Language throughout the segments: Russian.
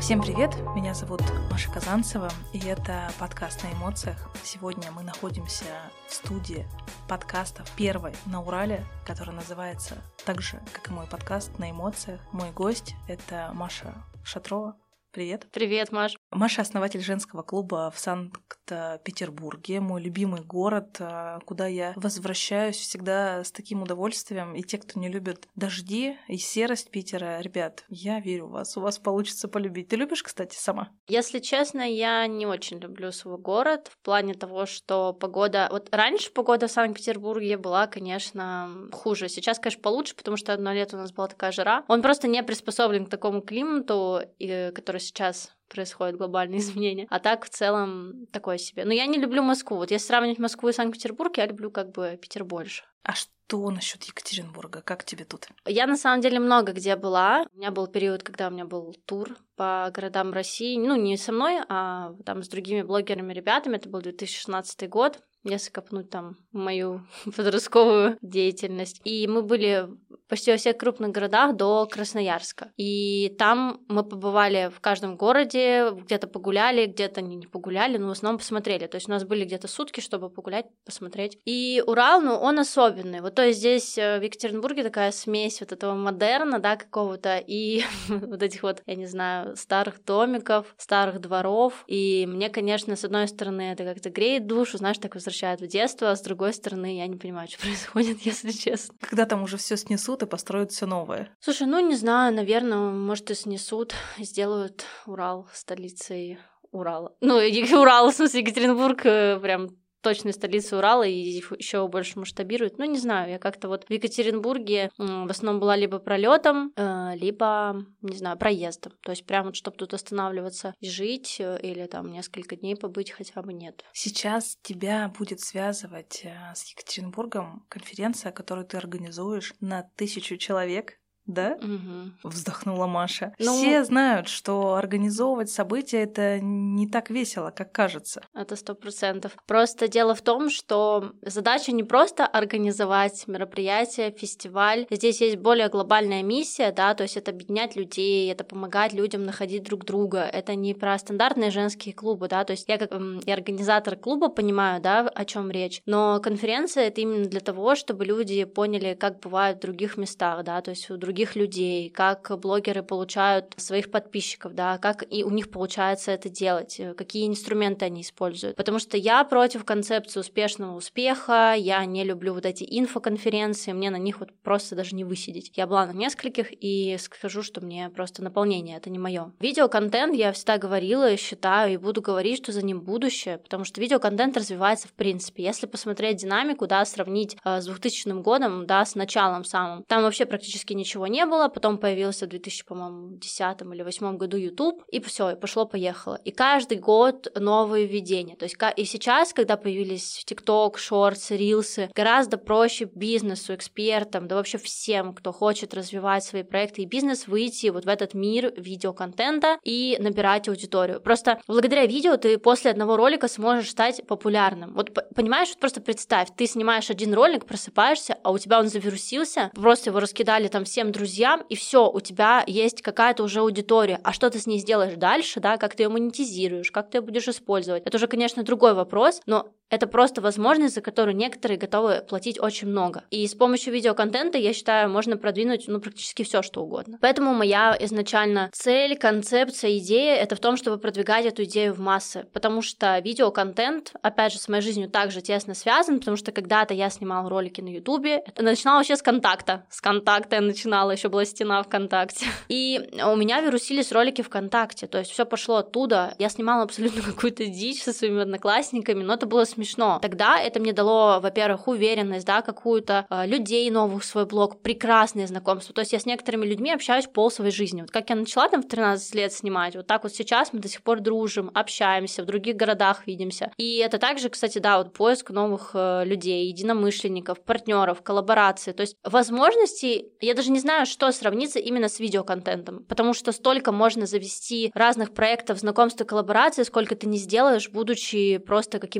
Всем привет, меня зовут Маша Казанцева, и это подкаст «На эмоциях». Сегодня мы находимся в студии подкастов первой на Урале, которая называется так же, как и мой подкаст «На эмоциях». Мой гость — это Маша Шатрова. Привет. Привет, Маш. Маша — основатель женского клуба в Санкт-Петербурге, мой любимый город, куда я возвращаюсь всегда с таким удовольствием. И те, кто не любит дожди и серость Питера, ребят, я верю в вас, у вас получится полюбить. Ты любишь, кстати, сама? Если честно, я не очень люблю свой город в плане того, что погода... Вот раньше погода в Санкт-Петербурге была, конечно, хуже. Сейчас, конечно, получше, потому что одно лето у нас была такая жара. Он просто не приспособлен к такому климату, который сейчас происходят глобальные изменения. А так, в целом, такое себе. Но я не люблю Москву. Вот если сравнивать Москву и Санкт-Петербург, я люблю как бы Питер больше. А что насчет Екатеринбурга? Как тебе тут? Я, на самом деле, много где была. У меня был период, когда у меня был тур по городам России. Ну, не со мной, а там с другими блогерами, ребятами. Это был 2016 год. Если копнуть там мою подростковую деятельность. И мы были почти во всех крупных городах до Красноярска. И там мы побывали в каждом городе, где-то погуляли, где-то не погуляли, но в основном посмотрели. То есть у нас были где-то сутки, чтобы погулять, посмотреть. И Урал, ну, он особенный. Вот, то есть здесь в Екатеринбурге такая смесь вот этого модерна, да, какого-то, и вот этих вот, я не знаю, старых домиков, старых дворов. И мне, конечно, с одной стороны, это как-то греет душу, знаешь, так возвращает в детство, а с другой стороны, я не понимаю, что происходит, если честно. Когда там уже все снесут и построят все новое? Слушай, ну не знаю, наверное, может, и снесут, сделают Урал столицей Урала. Ну, Урал, в смысле, Екатеринбург прям точной столицы Урала и еще больше масштабируют. Ну, не знаю, я как-то вот в Екатеринбурге в основном была либо пролетом, либо, не знаю, проездом. То есть прямо вот, чтобы тут останавливаться и жить, или там несколько дней побыть хотя бы нет. Сейчас тебя будет связывать с Екатеринбургом конференция, которую ты организуешь на 1000 человек. Да? Угу. Вздохнула Маша. Все знают, что организовывать события — это не так весело, как кажется. Это 100%. Просто дело в том, что задача не просто организовать мероприятие, фестиваль. Здесь есть более глобальная миссия, да, то есть это объединять людей, это помогать людям находить друг друга. Это не про стандартные женские клубы, да, то есть я как и организатор клуба понимаю, да, о чем речь, но конференция — это именно для того, чтобы люди поняли, как бывает в других местах, да, то есть у других людей, как блогеры получают своих подписчиков, да, как и у них получается это делать, какие инструменты они используют. Потому что я против концепции успешного успеха, я не люблю вот эти инфоконференции, мне на них вот просто даже не высидеть. Я была на нескольких и скажу, что мне просто наполнение, это не мое. Видеоконтент, я всегда говорила и считаю, и буду говорить, что за ним будущее, потому что видеоконтент развивается в принципе. Если посмотреть динамику, да, сравнить с 2000 годом, да, с началом самым, там вообще практически ничего не было, потом появился в 2010 или 2008 году YouTube, и все, и пошло-поехало. И каждый год новые введения. То есть и сейчас, когда появились TikTok, Shorts, Reels, гораздо проще бизнесу, экспертам, да вообще всем, кто хочет развивать свои проекты и бизнес, выйти вот в этот мир видеоконтента и набирать аудиторию. Просто благодаря видео ты после одного ролика сможешь стать популярным. Вот понимаешь, вот просто представь, ты снимаешь один ролик, просыпаешься, а у тебя он завирусился, просто его раскидали там всем друзьям, и все, у тебя есть какая-то уже аудитория. А что ты с ней сделаешь дальше, да, как ты ее монетизируешь, как ты ее будешь использовать? Это уже, конечно, другой вопрос, но это просто возможность, за которую некоторые готовы платить очень много. И с помощью видеоконтента, я считаю, можно продвинуть, ну, практически все, что угодно. Поэтому моя изначально цель, концепция, идея — это в том, чтобы продвигать эту идею в массы. Потому что видеоконтент, опять же, с моей жизнью также тесно связан, потому что когда-то я снимала ролики на Ютубе. Это начинала вообще с контакта. С контакта я начинала, еще была стена ВКонтакте. И у меня вирусились ролики ВКонтакте. То есть все пошло оттуда. Я снимала абсолютно какую-то дичь со своими одноклассниками, но это было смешно. Тогда это мне дало, во-первых, уверенность, да, какую-то, людей новых в свой блог, прекрасные знакомства. То есть я с некоторыми людьми общаюсь пол своей жизни. Вот как я начала там в 13 лет снимать, вот так вот сейчас мы до сих пор дружим, общаемся, в других городах видимся. И это также, кстати, да, вот поиск новых людей, единомышленников, партнеров, коллаборации. То есть возможностей, я даже не знаю, что сравнится именно с видеоконтентом, потому что столько можно завести разных проектов, знакомств и коллабораций, сколько ты не сделаешь, будучи просто каким-то там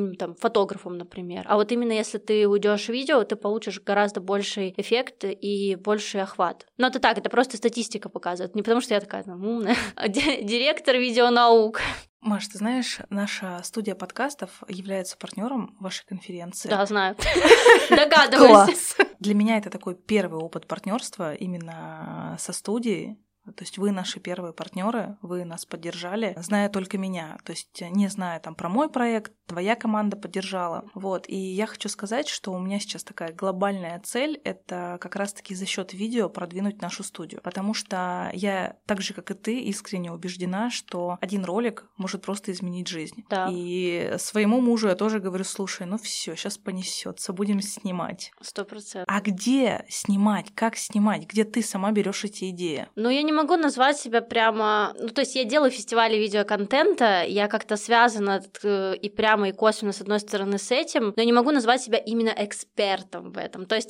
фотографом, например. А вот именно если ты уйдешь в видео, ты получишь гораздо больший эффект и больший охват. Но это так, это просто статистика показывает. Не потому что я такая умная, директор видеонаук. Маш, ты знаешь, наша студия подкастов является партнером вашей конференции. Да, знаю. Догадываюсь. Для меня это такой первый опыт партнерства именно со студией. То есть вы наши первые партнеры, вы нас поддержали, зная только меня, то есть не зная там про мой проект, твоя команда поддержала. Вот. И я хочу сказать, что у меня сейчас такая глобальная цель — это как раз-таки за счет видео продвинуть нашу студию. Потому что я, так же, как и ты, искренне убеждена, что один ролик может просто изменить жизнь. Да. И своему мужу я тоже говорю: слушай, ну все, сейчас понесется, будем снимать. 100%. А где снимать? Как снимать? Где ты сама берешь эти идеи? Ну, я не могу назвать себя прямо... Ну, то есть я делаю фестивали видеоконтента, я как-то связана и прямо, и косвенно, с одной стороны, с этим, но я не могу назвать себя именно экспертом в этом. То есть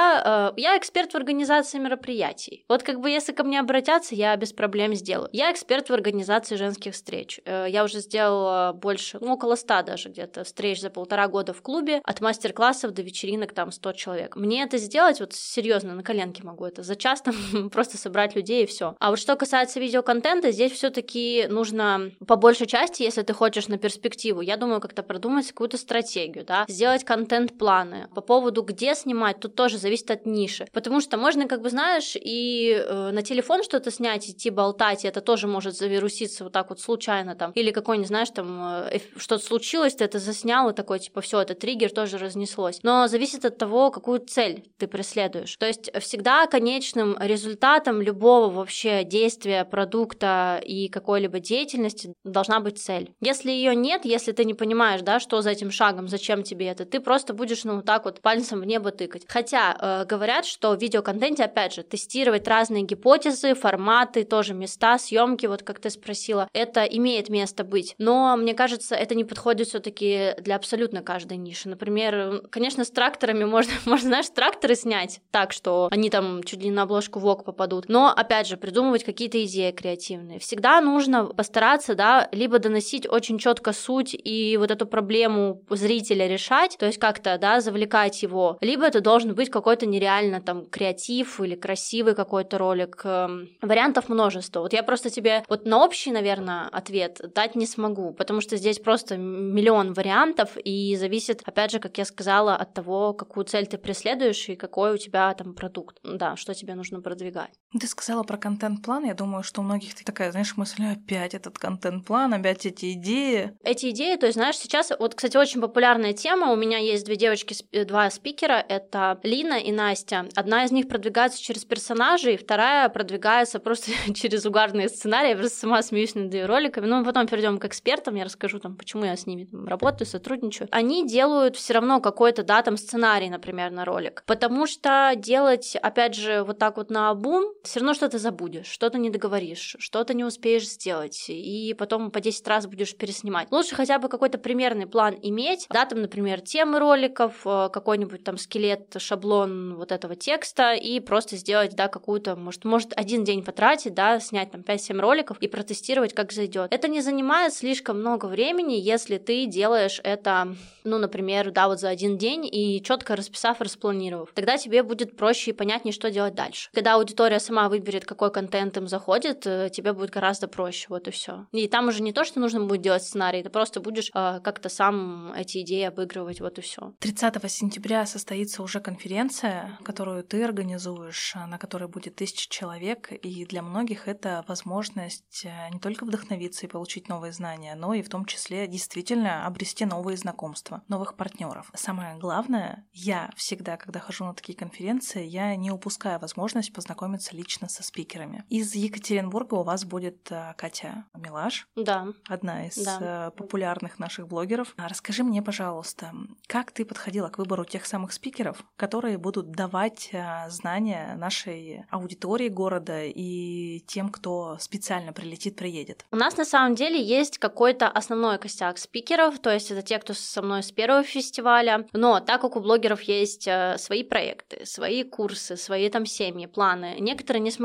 я эксперт в организации мероприятий. Вот как бы если ко мне обратятся, я без проблем сделаю. Я эксперт в организации женских встреч. Я уже сделала больше, около 100 даже где-то встреч за 1,5 года в клубе, от мастер-классов до вечеринок там 100 человек. Мне это сделать, вот серьезно, на коленке могу это за час там просто собрать людей и все. А вот что касается видеоконтента, здесь все-таки нужно по большей части, если ты хочешь на перспективу, я думаю, как-то продумать какую-то стратегию, да, сделать контент-планы. По поводу, где снимать, тут тоже зависит от ниши. Потому что можно, как бы, знаешь, и на телефон что-то снять, идти болтать, и это тоже может завируситься вот так вот случайно там. Или какой-нибудь, знаешь, там что-то случилось, ты это заснял, и такой, типа, все, это триггер, тоже разнеслось. Но зависит от того, какую цель ты преследуешь. То есть всегда конечным результатом любого вообще действия, продукта и какой-либо деятельности должна быть цель. Если ее нет, если ты не понимаешь, да, что за этим шагом, зачем тебе это, ты просто будешь, вот так вот пальцем в небо тыкать. Хотя говорят, что в видеоконтенте, опять же, тестировать разные гипотезы, форматы, тоже места, съемки, вот как ты спросила, это имеет место быть. Но мне кажется, это не подходит все-таки для абсолютно каждой ниши. Например, конечно, с тракторами можно, знаешь, тракторы снять так, что они там чуть ли не на обложку Vogue попадут. Но, опять же, придумывать какие-то идеи креативные. Всегда нужно постараться, да, либо доносить очень четко суть и вот эту проблему зрителя решать, то есть как-то, да, завлекать его, либо это должен быть какой-то нереально там креатив или красивый какой-то ролик. Вариантов множество. Вот я просто тебе вот на общий, наверное, ответ дать не смогу, потому что здесь просто миллион вариантов, и зависит, опять же, как я сказала, от того, какую цель ты преследуешь и какой у тебя там продукт, да, что тебе нужно продвигать. Ты сказала про контент-план, я думаю, что у многих такая, знаешь, мысль: опять этот контент-план, опять эти идеи. Эти идеи, то есть, знаешь, сейчас, вот, кстати, очень популярная тема, у меня есть 2 девочки, 2 спикера, это Лина и Настя. Одна из них продвигается через персонажей, вторая продвигается просто через угарные сценарии, я просто сама смеюсь над ее роликами, ну, потом перейдем к экспертам, я расскажу там, почему я с ними там работаю, сотрудничаю. Они делают все равно какой-то, да, там сценарий, например, на ролик, потому что делать, опять же, вот так вот наобум, все равно что-то забудешь, что-то не договоришь, что-то не успеешь сделать, и потом по 10 раз будешь переснимать. Лучше хотя бы какой-то примерный план иметь, да, там, например, темы роликов, какой-нибудь там скелет, шаблон вот этого текста, и просто сделать, да, какую-то, может один день потратить, да, снять там 5-7 роликов и протестировать, как зайдет. Это не занимает слишком много времени, если ты делаешь это, ну, например, да, вот за один день и четко расписав, распланировав. Тогда тебе будет проще и понятнее, что делать дальше. Когда аудитория сама выберет, какой контент им заходит, тебе будет гораздо проще, вот и все. И там уже не то, что нужно будет делать сценарий, ты просто будешь как-то сам эти идеи обыгрывать, вот и все. 30 сентября состоится уже конференция, которую ты организуешь, на которой будет 1000 человек, и для многих это возможность не только вдохновиться и получить новые знания, но и в том числе действительно обрести новые знакомства, новых партнеров. Самое главное, я всегда, когда хожу на такие конференции, я не упускаю возможность познакомиться лично со спикерами. Из Екатеринбурга у вас будет Катя Милаш, да, одна из популярных наших блогеров. Расскажи мне, пожалуйста, как ты подходила к выбору тех самых спикеров, которые будут давать знания нашей аудитории города и тем, кто специально прилетит, приедет? У нас на самом деле есть какой-то основной костяк спикеров, то есть это те, кто со мной с первого фестиваля, но так как у блогеров есть свои проекты, свои курсы, свои там семьи, планы, некоторые не смогли доехать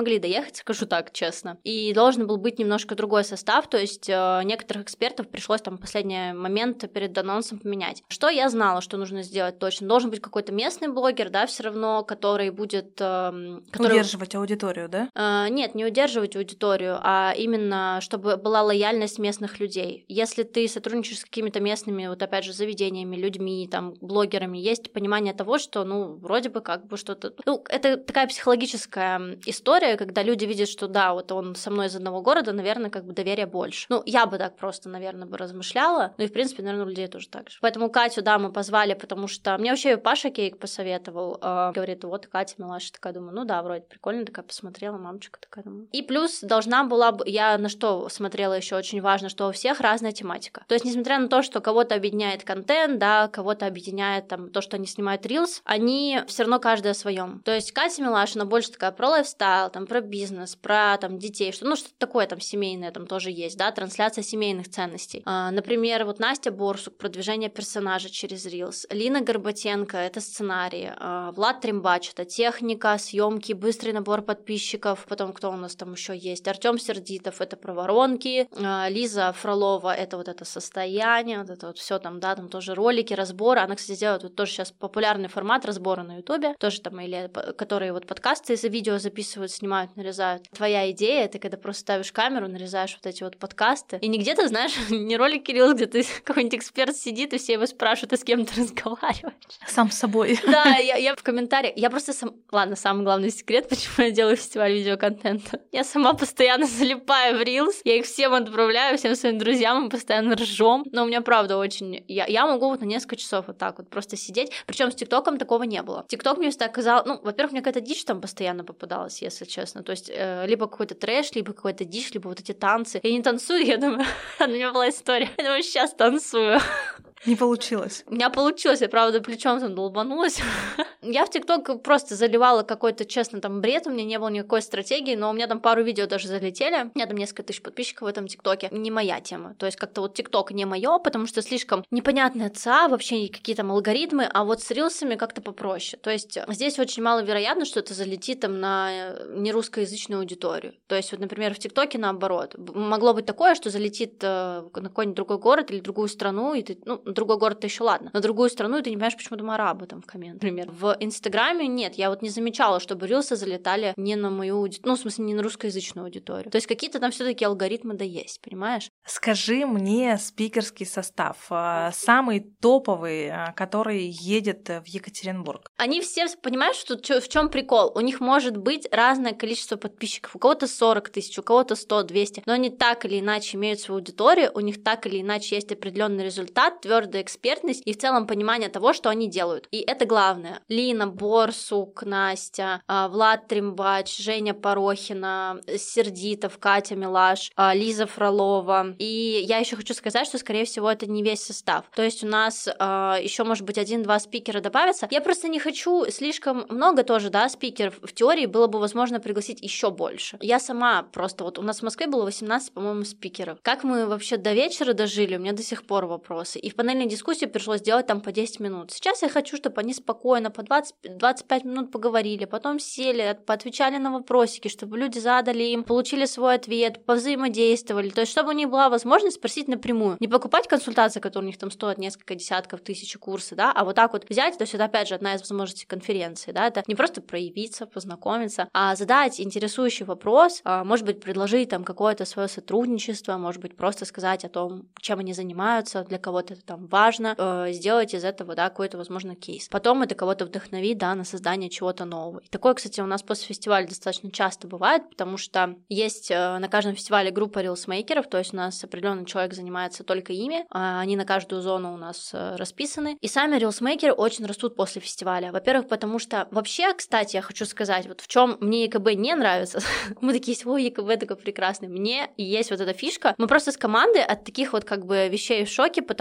приехать, скажу так честно. И должен был быть немножко другой состав, то есть некоторых экспертов пришлось там в последний момент перед анонсом поменять. Что я знала, что нужно сделать точно? Должен быть какой-то местный блогер, да, все равно, который будет... Удерживать аудиторию, да? Нет, не удерживать аудиторию, а именно, чтобы была лояльность местных людей. Если ты сотрудничаешь с какими-то местными, вот опять же, заведениями, людьми, там, блогерами, есть понимание того, что, ну, вроде бы как бы что-то... Ну, это такая психологическая история, когда люди видят, что да, вот он со мной из одного города, наверное, как бы доверия больше. Ну, я бы так просто, наверное, бы размышляла, ну и, в принципе, наверное, у людей тоже так же. Поэтому Катю, да, мы позвали, потому что мне вообще Паша Кейк посоветовал, говорит, вот Катя Милаша, такая, думаю, ну да, вроде прикольно, такая посмотрела, мамочка такая, думаю. И плюс должна была бы, я на что смотрела еще очень важно, что у всех разная тематика. То есть, несмотря на то, что кого-то объединяет контент, да, кого-то объединяет там то, что они снимают рилс, они все равно каждый о своем. То есть Катя Милашина больше такая про лайфстайл, там, про бизнес, про там детей, что, ну, что-то такое там семейное там тоже есть, да, трансляция семейных ценностей. Например, вот Настя Борсук, продвижение персонажа через рилс, Лина Горбатенко, это сценарий, Влад Тримбач, это техника, съемки, быстрый набор подписчиков, потом кто у нас там еще есть, Артем Сердитов, это про воронки, Лиза Фролова, это вот это состояние, вот это вот все там, да, там тоже ролики, разборы, она, кстати, делает вот тоже сейчас популярный формат разбора на Ютубе, тоже там, или которые вот подкасты из видео записывают, снимают, нарезают. Твоя идея, ты когда просто ставишь камеру, нарезаешь вот эти вот подкасты, и не где-то, знаешь, не ролик Кирилл, где ты какой-нибудь эксперт сидит, и все его спрашивают, а с кем ты разговариваешь. Сам с собой. Да, я в комментариях, я просто ладно, самый главный секрет, почему я делаю фестиваль видеоконтента. Я сама постоянно залипаю в рилс, я их всем отправляю, всем своим друзьям, мы постоянно ржем. Но у меня правда очень... Я могу вот на несколько часов вот так вот просто сидеть. Причем с ТикТоком такого не было. ТикТок мне всегда казалось... Ну, во-первых, мне какая-то дичь там постоянно попадалась, если честно. То есть либо какой-то трэш, либо какой-то дичь, либо вот эти танцы. Я не танцую, я думаю... У меня была история. Я думаю, сейчас танцую. Не получилось. У меня получилось, я, правда, плечом там долбанулась. Я в ТикТок просто заливала какой-то, честно, там бред, у меня не было никакой стратегии, но у меня там пару видео даже залетели. У меня там несколько тысяч подписчиков в этом ТикТоке. Не моя тема. То есть как-то вот ТикТок не моё, потому что слишком непонятная ЦА, вообще какие там алгоритмы, а вот с рилсами как-то попроще. То есть здесь очень маловероятно, что это залетит там на нерусскоязычную аудиторию. То есть вот, например, в ТикТоке наоборот. Могло быть такое, что залетит на какой-нибудь другой город или другую страну, и ты, ну, другой город-то еще ладно, на другую страну, и ты не понимаешь, почему там арабы там в коммент, например. В Инстаграме нет, я вот не замечала, чтобы рилсы залетали не на мою аудиторию, ну, в смысле, не на русскоязычную аудиторию. То есть какие-то там все-таки алгоритмы да есть, понимаешь? Скажи мне спикерский состав, самый топовый, который едет в Екатеринбург. Они все, понимаешь, тут в чем прикол? У них может быть разное количество подписчиков. У кого-то 40 тысяч, у кого-то 100, 200, но они так или иначе имеют свою аудиторию, у них так или иначе есть определенный результат, твердая экспертность и в целом понимание того, что они делают. И это главное. Лина Борсук, Настя, Влад Тримбач, Женя Порохина, Сердитов, Катя Милаш, Лиза Фролова. И я еще хочу сказать, что, скорее всего, это не весь состав. То есть у нас еще, может быть, 1-2 спикера добавятся. Я просто не хочу слишком много тоже, да, спикеров. В теории было бы возможно пригласить еще больше. Я сама просто, вот у нас в Москве было 18, по-моему, спикеров. Как мы вообще до вечера дожили, у меня до сих пор вопросы. И в панельной дискуссии пришлось делать там по 10 минут. Сейчас я хочу, чтобы они спокойно по 20-25 минут поговорили, потом сели, поотвечали на вопросики, чтобы люди задали им, получили свой ответ, повзаимодействовали. То есть, чтобы у них была возможность спросить напрямую. Не покупать консультации, которые у них там стоят несколько десятков тысяч курсы, да, а вот так вот взять, то есть это опять же одна из возможностей конференции, да, это не просто проявиться, познакомиться, а задать интересующий вопрос, может быть, предложить там какое-то свое сотрудничество, может быть, просто сказать о том, чем они занимаются, для кого-то это там важно, сделать из этого, да, какой-то, возможно, кейс. Потом это кого-то вдохновить, да, на создание чего-то нового. И такое, кстати, у нас после фестиваля достаточно часто бывает, потому что есть на каждом фестивале группа рилсмейкеров, то есть у нас определенный человек занимается только ими, они на каждую зону у нас расписаны. И сами рилсмейкеры очень растут после фестиваля. Во-первых, потому что вообще, кстати, я хочу сказать, вот в чем мне ЕКБ не нравится, мы такие, ой, ЕКБ такой прекрасный, мне есть вот эта фишка, мы просто с командой от таких вот как бы вещей в шоке, потому что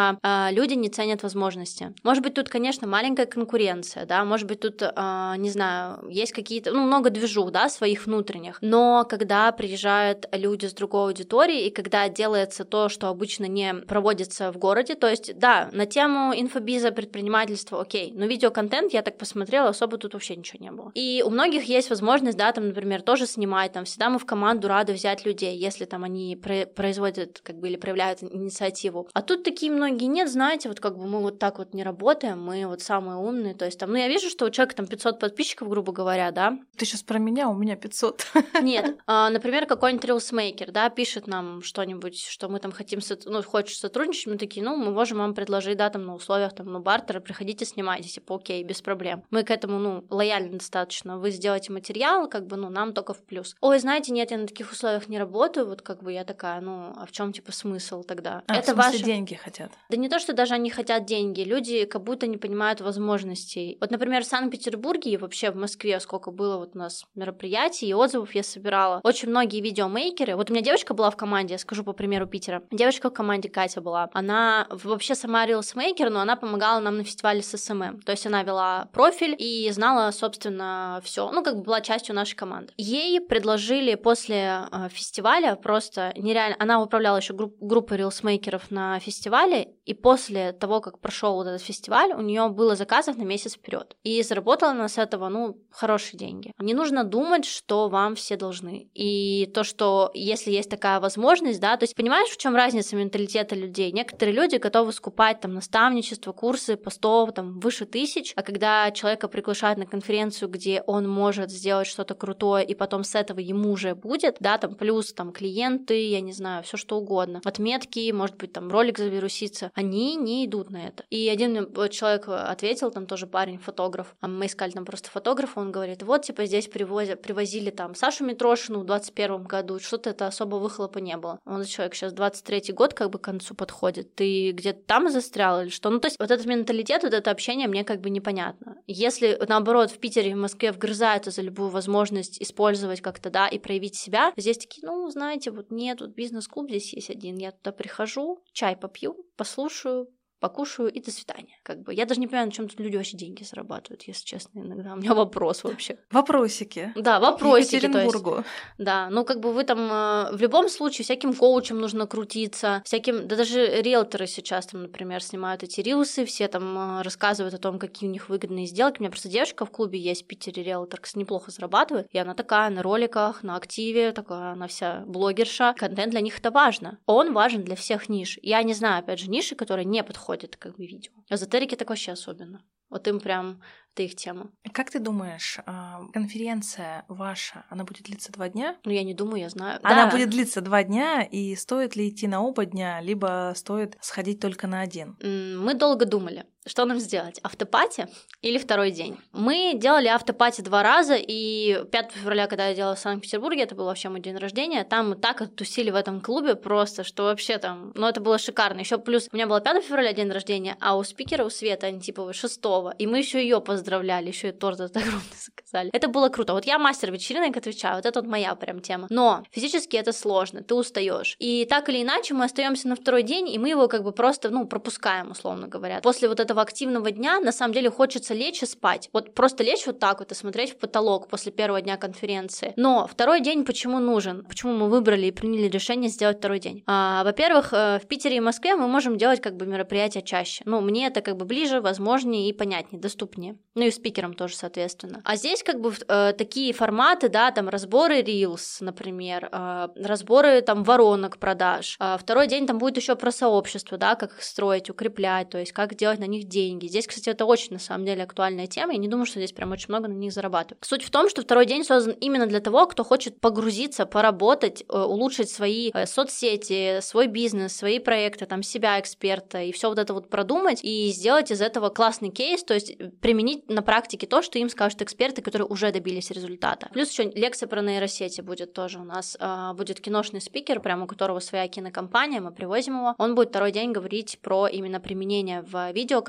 что люди не ценят возможности. Может быть, тут, конечно, маленькая конкуренция, да, может быть, тут, не знаю, есть какие-то, много движух, да, своих внутренних, но когда приезжают люди с другой аудитории, и когда делается то, что обычно не проводится в городе, то есть, да, на тему инфобиза, предпринимательства, окей, но видеоконтент, я так посмотрела, особо тут вообще ничего не было. И у многих есть возможность, да, там, например, тоже снимать, там, всегда мы в команду рады взять людей, если там они производят, как бы, или проявляют инициативу. А тут такие многие нет, знаете, вот как бы мы вот так вот не работаем, мы вот самые умные, то есть там, я вижу, что у человека там 500 подписчиков, грубо говоря, да. Ты сейчас про меня, у меня 500. Нет, например, какой-нибудь рилсмейкер, да, пишет нам что-нибудь, что мы там хотим, хочешь сотрудничать, мы такие, мы можем вам предложить, да, там, на условиях, там, бартера, приходите, снимайте, типа, окей, без проблем. Мы к этому, лояльны достаточно, вы сделаете материал, как бы, нам только в плюс. Ой, знаете, нет, я на таких условиях не работаю, вот как бы я такая, а в чем типа смысл тогда? Это в смысле деньги хотят? Да не то, что даже они хотят деньги, люди как будто не понимают возможностей. Вот, например, в Санкт-Петербурге и вообще в Москве сколько было вот у нас мероприятий и отзывов я собирала. Очень многие видеомейкеры, вот у меня девочка была в команде, я скажу по примеру Питера, девочка в команде Катя была, она вообще сама рилсмейкер, но она помогала нам на фестивале с СММ, то есть она вела профиль и знала, собственно, все, как бы была частью нашей команды. Ей предложили после фестиваля просто нереально, она управляла еще группой рилсмейкеров на фестивале, и после того, как прошел вот этот фестиваль, у нее было заказов на месяц вперед. И заработала она с этого, хорошие деньги. Не нужно думать, что вам все должны. И то, что если есть такая возможность, да, то есть понимаешь, в чем разница менталитета людей? Некоторые люди готовы скупать там наставничество, курсы по 100, там, выше 1000, а когда человека приглашают на конференцию, где он может сделать что-то крутое, и потом с этого ему уже будет, да, там, плюс там клиенты, я не знаю, все что угодно, отметки, может быть, там, ролик завирусится, они не идут на это. И один человек ответил, там тоже парень, фотограф, мы искали там просто фотографа, он говорит, вот, типа, здесь привозили там Сашу Митрошину в 21 году, что-то это особо выхлопа не было. Он человек сейчас 23-й год как бы к концу подходит, ты где-то там застрял или что? То есть вот этот менталитет, вот это общение мне как бы непонятно. Если, наоборот, в Питере и в Москве вгрызаются за любую возможность использовать как-то, да, и проявить себя, здесь такие, знаете, вот нет, вот бизнес-клуб здесь есть один, я туда прихожу, чай попью, послушаю, покушаю и до свидания. Как бы я даже не понимаю, на чем тут люди вообще деньги зарабатывают, если честно, иногда. У меня вопрос вообще. Вопросики. Да, вопросики. Екатеринбургу. Да, как бы вы там в любом случае всяким коучам нужно крутиться, всяким, да даже риэлторы сейчас там, например, снимают эти рилсы, все там рассказывают о том, какие у них выгодные сделки. У меня просто девушка в клубе есть в Питере, риэлтор, неплохо зарабатывает, и она такая на роликах, на активе, такая она вся блогерша. Контент для них это важно. Он важен для всех ниш. Я не знаю, опять же, ниши, которые не подходят как бы видео. Эзотерики так вообще особенно. Вот им прям это их тема. Как ты думаешь, конференция ваша, она будет длиться 2 дня? Я не думаю, я знаю. Она будет длиться 2 дня, и стоит ли идти на оба дня, либо стоит сходить только на один? Мы долго думали, что нам сделать, автопати или второй день. Мы делали автопати 2 раза, и 5 февраля, когда я делала в Санкт-Петербурге, это был вообще мой день рождения, там мы так оттусили в этом клубе просто, что вообще там, это было шикарно. Еще плюс у меня было 5 февраля день рождения, а у спикера, у Светы Антиповой 6, и мы еще ее поздравляли, еще и торт этот огромный заказали. Это было круто. Вот я мастер вечеринок, отвечаю, вот это вот моя прям тема. Но физически это сложно, ты устаешь. И так или иначе мы остаемся на второй день, и мы его как бы просто, пропускаем, условно говоря. После вот этого активного дня, на самом деле, хочется лечь и спать. Вот просто лечь вот так вот и смотреть в потолок после первого дня конференции. Но второй день почему нужен? Почему мы выбрали и приняли решение сделать второй день? Во-первых, в Питере и Москве мы можем делать как бы мероприятия чаще. Мне это как бы ближе, возможнее и понятнее, доступнее. И спикерам тоже, соответственно. А здесь как бы такие форматы, да, там разборы Reels, например, разборы там воронок продаж. Второй день там будет еще про сообщество, да, как их строить, укреплять, то есть как делать на них деньги. Здесь, кстати, это очень, на самом деле, актуальная тема, я не думаю, что здесь прям очень много на них зарабатывают. Суть в том, что второй день создан именно для того, кто хочет погрузиться, поработать, улучшить свои соцсети, свой бизнес, свои проекты, там, себя, эксперта, и все вот это вот продумать, и сделать из этого классный кейс, то есть применить на практике то, что им скажут эксперты, которые уже добились результата. Плюс еще лекция про нейросети будет тоже у нас. Будет киношный спикер, прямо у которого своя кинокомпания, мы привозим его. Он будет второй день говорить про именно применение в видеоконтенте,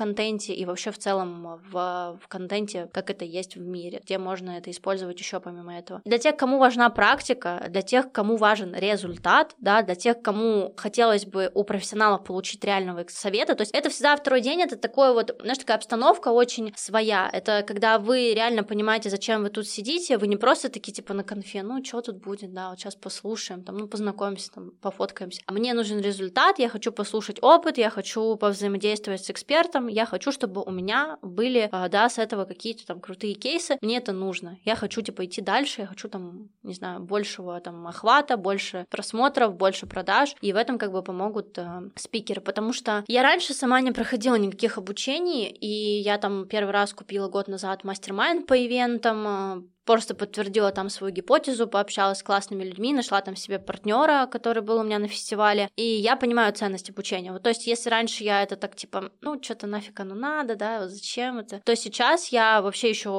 контенте и вообще в целом в контенте, как это есть в мире, где можно это использовать еще помимо этого. Для тех, кому важна практика, для тех, кому важен результат, да, для тех, кому хотелось бы у профессионалов получить реального совета, то есть это всегда второй день, это такое вот, знаешь, такая обстановка очень своя, это когда вы реально понимаете, зачем вы тут сидите, вы не просто такие типа на конфе, ну что тут будет, да, вот сейчас послушаем, там, ну познакомимся, там, пофоткаемся, а мне нужен результат, я хочу послушать опыт, я хочу повзаимодействовать с экспертом, я хочу, чтобы у меня были, да, с этого какие-то там крутые кейсы, мне это нужно, я хочу типа идти дальше, я хочу там, не знаю, большего там охвата, больше просмотров, больше продаж, и в этом как бы помогут спикеры, потому что я раньше сама не проходила никаких обучений, и я там первый раз купила год назад мастер-майнд по ивентам, просто подтвердила там свою гипотезу, пообщалась с классными людьми, нашла там себе партнера, который был у меня на фестивале, и я понимаю ценность обучения. Вот, то есть, если раньше я это так типа, ну, что-то нафиг оно надо, да, вот зачем это, то сейчас я вообще еще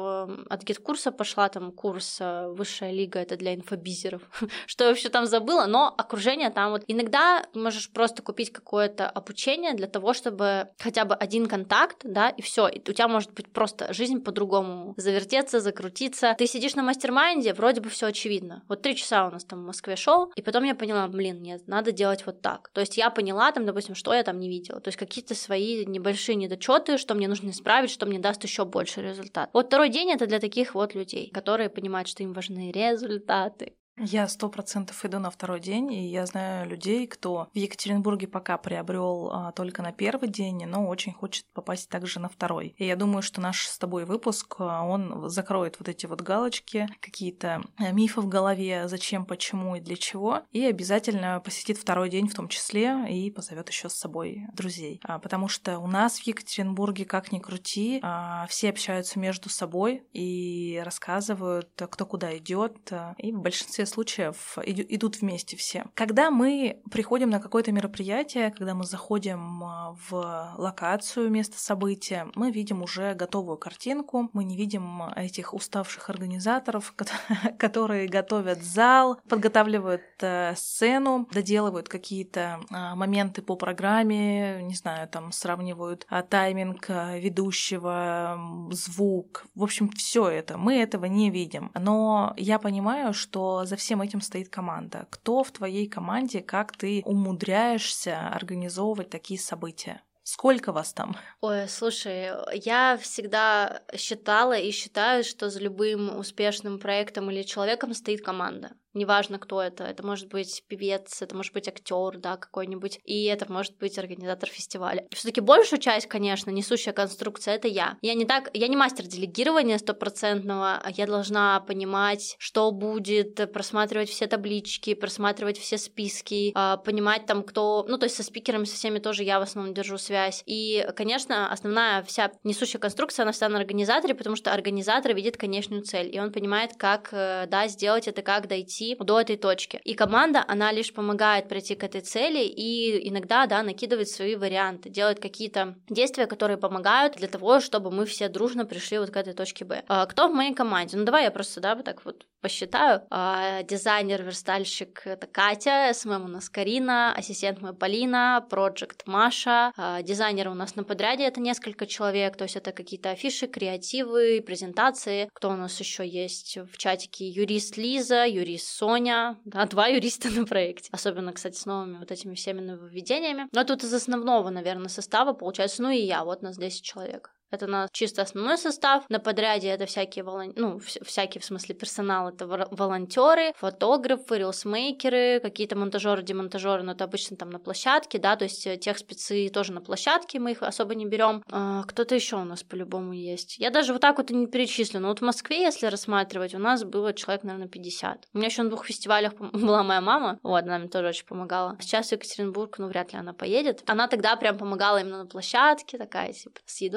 от гид-курса пошла, там курс «Высшая лига», это для инфобизеров, что я вообще там забыла, но окружение там вот. Иногда можешь просто купить какое-то обучение для того, чтобы хотя бы один контакт, да, и все, и у тебя может быть просто жизнь по-другому завертеться, закрутиться. Ты сидишь на мастер-майнде, вроде бы все очевидно. Вот 3 часа у нас там в Москве шел, и потом я поняла, нет, надо делать вот так. То есть я поняла там, допустим, что я там не видела. То есть какие-то свои небольшие недочеты, что мне нужно исправить, что мне даст еще больше результат. Вот второй день это для таких вот людей, которые понимают, что им важны результаты. Я 100% иду на второй день, и я знаю людей, кто в Екатеринбурге пока приобрел только на первый день, но очень хочет попасть также на второй. И я думаю, что наш с тобой выпуск, он закроет вот эти вот галочки, какие-то мифы в голове, зачем, почему и для чего, и обязательно посетит второй день в том числе и позовет еще с собой друзей. Потому что у нас в Екатеринбурге, как ни крути, все общаются между собой и рассказывают, кто куда идет, и в большинстве случаев идут вместе все. Когда мы приходим на какое-то мероприятие, когда мы заходим в локацию, место события, мы видим уже готовую картинку, мы не видим этих уставших организаторов, которые готовят зал, подготавливают сцену, доделывают какие-то моменты по программе, не знаю, там сравнивают тайминг ведущего, звук, в общем, все это. Мы этого не видим. Но я понимаю, что за всем этим стоит команда. Кто в твоей команде, как ты умудряешься организовывать такие события? Сколько вас там? Ой, слушай, я всегда считала и считаю, что за любым успешным проектом или человеком стоит команда. Неважно, кто это может быть певец, это может быть актер, да, какой-нибудь, и это может быть организатор фестиваля. Все-таки большую часть, конечно, несущая конструкция — это я. Я не мастер делегирования 100%, я должна понимать, что будет, просматривать все таблички, просматривать все списки, понимать там, кто... Ну, то есть со спикерами, со всеми тоже я в основном держу связь. И, конечно, основная вся несущая конструкция, она всегда на организаторе, потому что организатор видит конечную цель, и он понимает, как, да, сделать это, как дойти до этой точки. И команда, она лишь помогает прийти к этой цели и иногда, да, накидывает свои варианты, делает какие-то действия, которые помогают для того, чтобы мы все дружно пришли вот к этой точке Б. Кто в моей команде? Ну, давай я просто, да, вот так вот посчитаю. Дизайнер, верстальщик — это Катя, СММ у нас Карина, ассистент мой Полина, проджект Маша, дизайнеры у нас на подряде — это несколько человек, то есть это какие-то афиши, креативы, презентации. Кто у нас еще есть в чатике? Юрист Лиза, юрист Соня, да, 2 юриста на проекте. Особенно, кстати, с новыми вот этими всеми нововведениями. Но тут из основного, наверное, состава получается, ну и я, вот нас 10 человек. Это на чисто основной состав. На подряде это всякие всякие, в смысле, персонал, это волонтеры, фотографы, рилсмейкеры, какие-то монтажеры, демонтажеры, но это обычно там на площадке, да, то есть тех спецы тоже на площадке, мы их особо не берем. Кто-то еще у нас по-любому есть. Я даже вот так вот и не перечислю, но вот в Москве, если рассматривать, у нас было человек, наверное, 50. У меня еще на 2 фестивалях была моя мама, вот, она мне тоже очень помогала. Сейчас в Екатеринбург, ну, вряд ли она поедет. Она тогда прям помогала именно на площадке, такая, типа, с едой разобраться,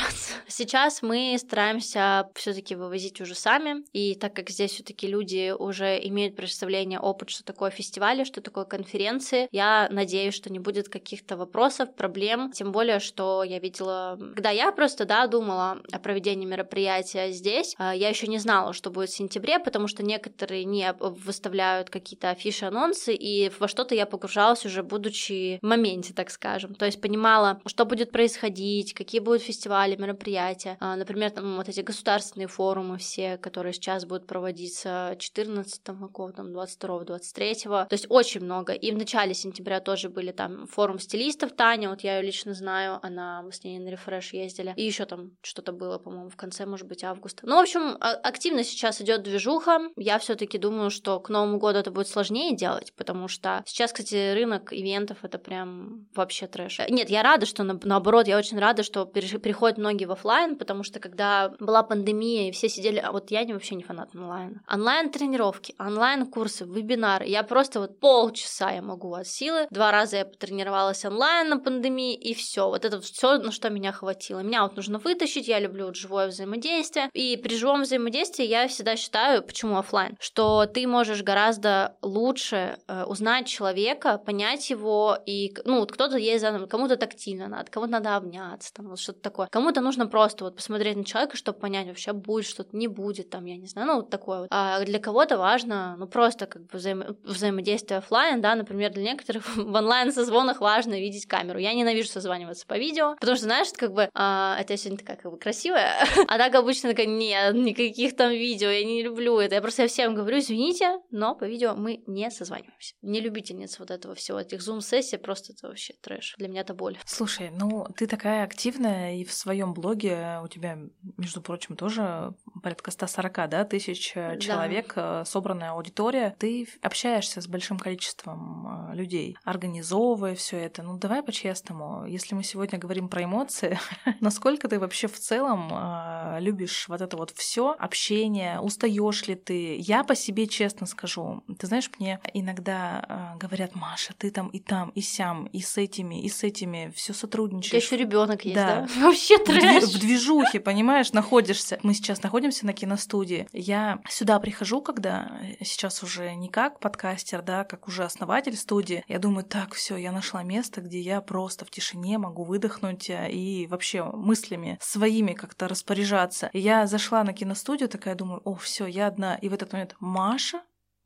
стараться. Сейчас мы стараемся все-таки вывозить уже сами, и так как здесь все-таки люди уже имеют представление, опыт, что такое фестивали, что такое конференции, я надеюсь, что не будет каких-то вопросов, проблем, тем более, что я видела, когда я просто, думала о проведении мероприятия здесь, я еще не знала, что будет в сентябре, потому что некоторые не выставляют какие-то афиши, анонсы, и во что-то я погружалась уже будучи в моменте, так скажем, то есть понимала, что будет происходить, какие будут фестивали, мероприятия, например, там вот эти государственные форумы все, которые сейчас будут проводиться 14-го, 22-го, 23-го, то есть очень много, и в начале сентября тоже были там форум стилистов, Таня, вот я ее лично знаю, мы с ней на рефреш ездили, и еще там что-то было, по-моему, в конце, может быть, августа. Ну, в общем, активно сейчас идет движуха, я все-таки думаю, что к Новому году это будет сложнее делать, потому что сейчас, кстати, рынок ивентов — это прям вообще трэш. Нет, я рада, что наоборот, я очень рада, что переходят многие в офлайн, потому что когда была пандемия и все сидели, вот я вообще не фанат онлайна. Онлайн-тренировки, онлайн-курсы, вебинары, я просто вот полчаса я могу от силы, 2 раза я потренировалась онлайн на пандемии, и все. Вот это все, на что меня хватило. Меня вот нужно вытащить, я люблю вот живое взаимодействие, и при живом взаимодействии я всегда считаю, почему офлайн, что ты можешь гораздо лучше узнать человека, понять его, и, вот кто-то есть, кому-то тактильно надо, кому-то надо обняться, там, вот что-то такое. Кому-то нужно просто вот посмотреть на человека, чтобы понять, вообще будет что-то, не будет, там, я не знаю, вот такое вот. А для кого-то важно, просто как бы взаимодействие офлайн, например, для некоторых в онлайн-созвонах важно видеть камеру. Я ненавижу созваниваться по видео, потому что, знаешь, как бы, это я сегодня такая как бы красивая, а так обычно такая, нет, никаких там видео, я не люблю это. Я всем говорю, извините, но по видео мы не созваниваемся. Не любительница вот этого всего, этих зум-сессий, просто это вообще трэш. Для меня это боль. Слушай, ты такая активная, и в своем блоге у тебя, между прочим, тоже порядка 140 тысяч человек, собранная аудитория. Ты общаешься с большим количеством людей, организовывая все это. Давай по-честному, если мы сегодня говорим про эмоции, насколько ты вообще в целом любишь вот это вот все общение, устаешь ли ты? Я по себе честно скажу, ты знаешь, мне иногда говорят: Маша, ты там, и сям, и с этими все сотрудничаешь. У тебя еще ребенок есть, да? Вообще трэш. В движухе, понимаешь, находишься. Мы сейчас находимся на киностудии. Я сюда прихожу, когда сейчас уже не как подкастер, как уже основатель студии. Я думаю, так, все, я нашла место, где я просто в тишине могу выдохнуть и вообще мыслями своими как-то распоряжаться. И я зашла на киностудию, такая думаю, все, я одна. И в этот момент: Маша?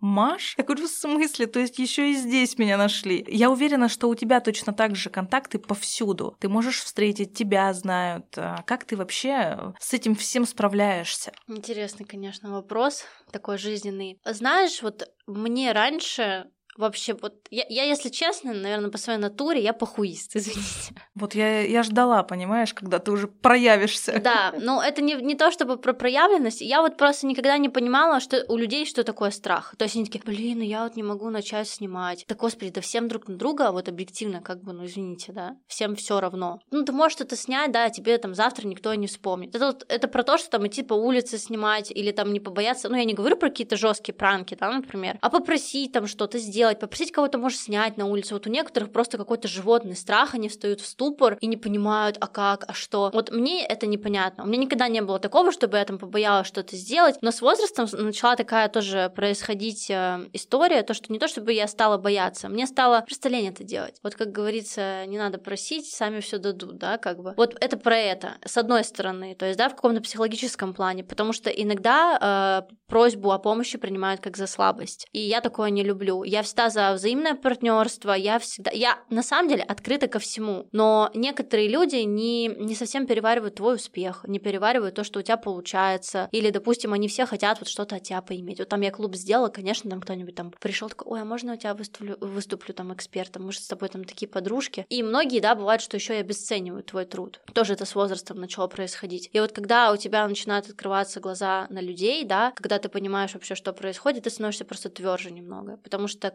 Я говорю, в смысле? То есть еще и здесь меня нашли. Я уверена, что у тебя точно так же контакты повсюду. Ты можешь встретить, тебя знают. Как ты вообще с этим всем справляешься? Интересный, конечно, вопрос, такой жизненный. Знаешь, вот мне раньше... Вообще, вот я, если честно, наверное, по своей натуре, я похуист, извините. Вот я ждала, понимаешь, когда ты уже проявишься. Да, но это не то, чтобы про проявленность. Я вот просто никогда не понимала, что у людей что такое страх. То есть они такие: блин, я вот не могу начать снимать. Да господи, да всем друг на друга, вот объективно, как бы, извините, всем все равно. Ты можешь что-то снять, тебе там завтра никто не вспомнит. Это про то, что там идти по улице снимать или там не побояться. Я не говорю про какие-то жесткие пранки, например, а попросить там что-то сделать, попросить кого-то, может, снять на улице. Вот у некоторых просто какой-то животный страх, они встают в ступор и не понимают, а как, а что. Вот мне это непонятно. У меня никогда не было такого, чтобы я там побоялась что-то сделать, но с возрастом начала такая тоже происходить история, то, что не то, чтобы я стала бояться, мне стало просто лень это делать. Вот, как говорится, не надо просить, сами все дадут, как бы. Вот это про это, с одной стороны, то есть, в каком-то психологическом плане, потому что иногда просьбу о помощи принимают как за слабость, и я такое не люблю. Я всегда за взаимное партнерство, я на самом деле открыта ко всему, но некоторые люди не совсем переваривают твой успех, не переваривают то, что у тебя получается, или, допустим, они все хотят вот что-то от тебя поиметь. Вот там я клуб сделала, конечно, там кто-нибудь там пришел такой: ой, а можно у тебя выступлю там экспертом, мы же с тобой там такие подружки. И многие, бывает, что еще и обесценивают твой труд. Тоже это с возрастом начало происходить. И вот когда у тебя начинают открываться глаза на людей, когда ты понимаешь вообще, что происходит, ты становишься просто тверже немного, потому что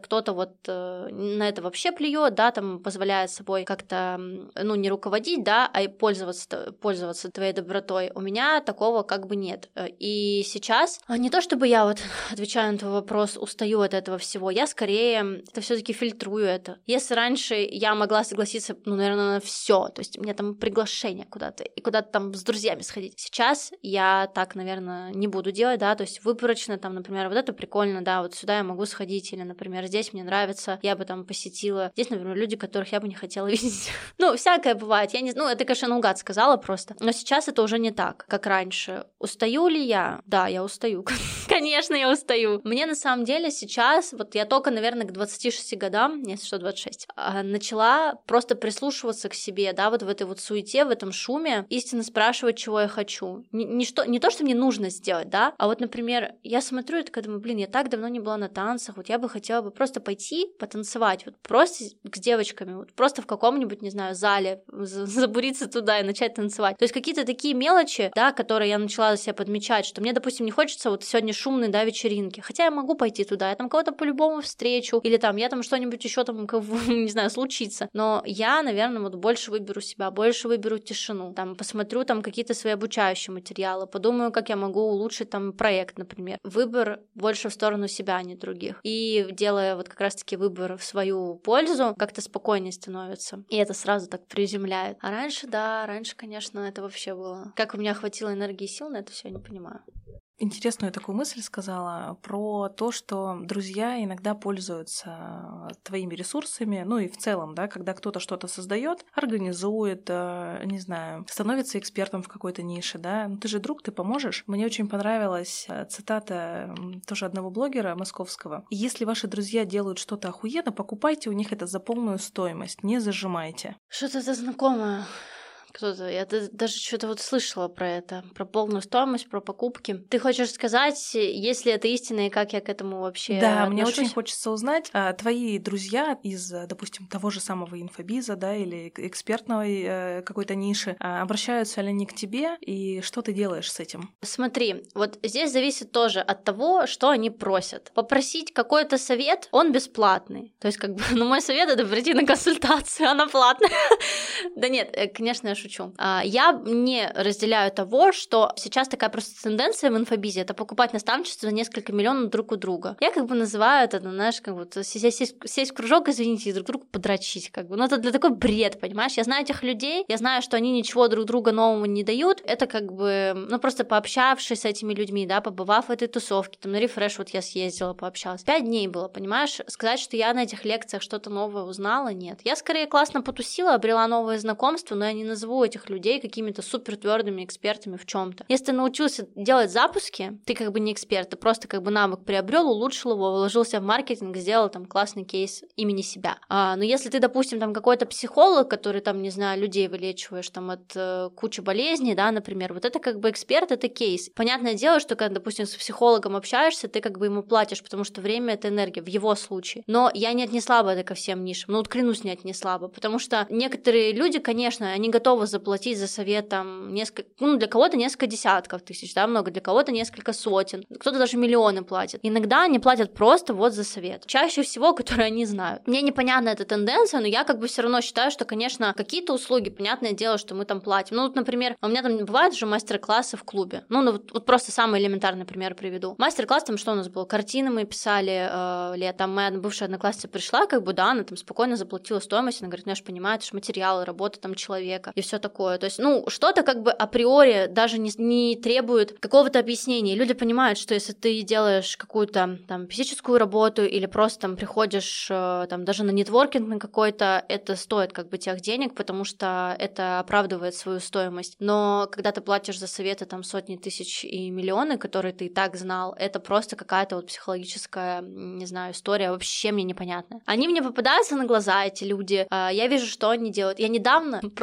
кто-то вот на это вообще плюет, да, там позволяет собой как-то, ну, не руководить, да, а и пользоваться твоей добротой. У меня такого как бы нет. И сейчас не то чтобы я вот, отвечаю на твой вопрос, устаю от этого всего, я скорее это все-таки фильтрую это. Если раньше я могла согласиться, ну, наверное, на все, то есть у меня там приглашение куда-то, и куда-то там с друзьями сходить. Сейчас я так, наверное, не буду делать, да, то есть выборочно там, например, вот это прикольно, да, вот сюда я могу сходить, или, например, здесь мне нравится, я бы там посетила. Здесь, например, люди, которых я бы не хотела видеть. Ну, всякое бывает, я не знаю, ну, это, конечно, наугад сказала просто, но сейчас это уже не так, как раньше. Устаю ли я? Да, я устаю. Конечно, я устаю. Мне на самом деле сейчас, вот я только, наверное, к 26 годам, если что, 26, начала просто прислушиваться к себе, да, вот в этой вот суете, в этом шуме, истинно спрашивать, чего я хочу. Не то, что мне нужно сделать, да, а вот, например, я смотрю и такая думаю, блин, я так давно не была на танцах, вот я бы хотела бы просто пойти потанцевать, вот просто с девочками, вот просто в каком-нибудь, не знаю, зале, забуриться туда и начать танцевать. То есть какие-то такие мелочи, да, которые я начала за себя подмечать, что мне, допустим, не хочется вот сегодня шумные, да, вечеринки, хотя я могу пойти туда, я там кого-то по-любому встречу, или там я там что-нибудь еще там, не знаю, случится, но я, наверное, вот больше выберу себя, больше выберу тишину, там, посмотрю там какие-то свои обучающие материалы, подумаю, как я могу улучшить там проект, например. Выбор больше в сторону себя, а не других. И делая вот как раз-таки выбор в свою пользу, как-то спокойнее становится. И это сразу так приземляет. А раньше, да, конечно, это вообще было. Как у меня хватило энергии и сил на это все, я не понимаю. Интересную такую мысль сказала про то, что друзья иногда пользуются твоими ресурсами, ну и в целом, да, когда кто-то что-то создает, организует, не знаю, становится экспертом в какой-то нише, да, ну ты же друг, ты поможешь. Мне очень понравилась цитата тоже одного блогера московского. Если ваши друзья делают что-то охуенно, покупайте у них это за полную стоимость, не зажимайте. Что-то это знакомое. Кто-то, я даже что-то вот слышала про это, про полную стоимость, про покупки. Ты хочешь сказать, если это истина, и как я к этому вообще Да, отношусь? мне очень хочется узнать, твои друзья из, допустим, того же самого инфобиза, да, или экспертной какой-то ниши, обращаются ли они к тебе, и что ты делаешь с этим? Смотри, вот здесь зависит тоже от того, что они просят. Попросить какой-то совет, он бесплатный. То есть, как бы, ну, мой совет — это прийти на консультацию, она платная. Да нет, конечно, я шучу. Я не разделяю того, что сейчас такая просто тенденция в инфобизе — это покупать наставничество за несколько миллионов друг у друга. Я как бы называю это, знаешь, как вот сесть в кружок, извините, и друг другу подрочить, как бы. Ну, это для такой бред, понимаешь? Я знаю этих людей, я знаю, что они ничего друг друга нового не дают. Это как бы, ну, просто пообщавшись с этими людьми, да, побывав в этой тусовке, там на рефреш вот я съездила, пообщалась. 5 дней было, понимаешь? Сказать, что я на этих лекциях что-то новое узнала, нет. Я скорее классно потусила, обрела новые знакомства, но я не назову этих людей какими-то супер твердыми экспертами в чем-то. Если ты научился делать запуски, ты как бы не эксперт, ты просто как бы навык приобрел, улучшил его, вложился в маркетинг, сделал там классный кейс имени себя. Но если ты, допустим, там какой-то психолог, который там, не знаю, людей вылечиваешь там от кучи болезней, да, например, вот это как бы эксперт, это кейс. Понятное дело, что когда, допустим, с психологом общаешься, ты как бы ему платишь, потому что время — это энергия, в его случае. Но я не отнесла бы это ко всем нишам, ну вот клянусь, не отнесла бы, потому что некоторые люди, конечно, они готовы заплатить за совет там несколько, ну для кого-то несколько десятков тысяч, да, много, для кого-то несколько сотен, кто-то даже миллионы платит. Иногда они платят просто вот за совет. Чаще всего, которые они знают. Мне непонятна эта тенденция, но я как бы все равно считаю, что, конечно, какие-то услуги, понятное дело, что мы там платим. Ну вот, например, у меня там бывают же мастер-классы в клубе. Ну вот просто самый элементарный пример приведу. Мастер-класс там что у нас было? Картины мы писали, там моя бывшая одноклассница пришла, как бы, да, она там спокойно заплатила стоимость, она говорит, ну я же понимаю, это же материалы, работа там человека и все такое. То есть, ну, что-то как бы априори даже не требует какого-то объяснения. Люди понимают, что если ты делаешь какую-то там физическую работу или просто там приходишь там даже на нетворкинг на какой-то, это стоит как бы тех денег, потому что это оправдывает свою стоимость. Но когда ты платишь за советы там сотни тысяч и миллионы, которые ты и так знал, это просто какая-то вот психологическая, не знаю, история вообще мне непонятная. Они мне попадаются на глаза, эти люди. Я вижу, что они делают. Я недавно, просто нет,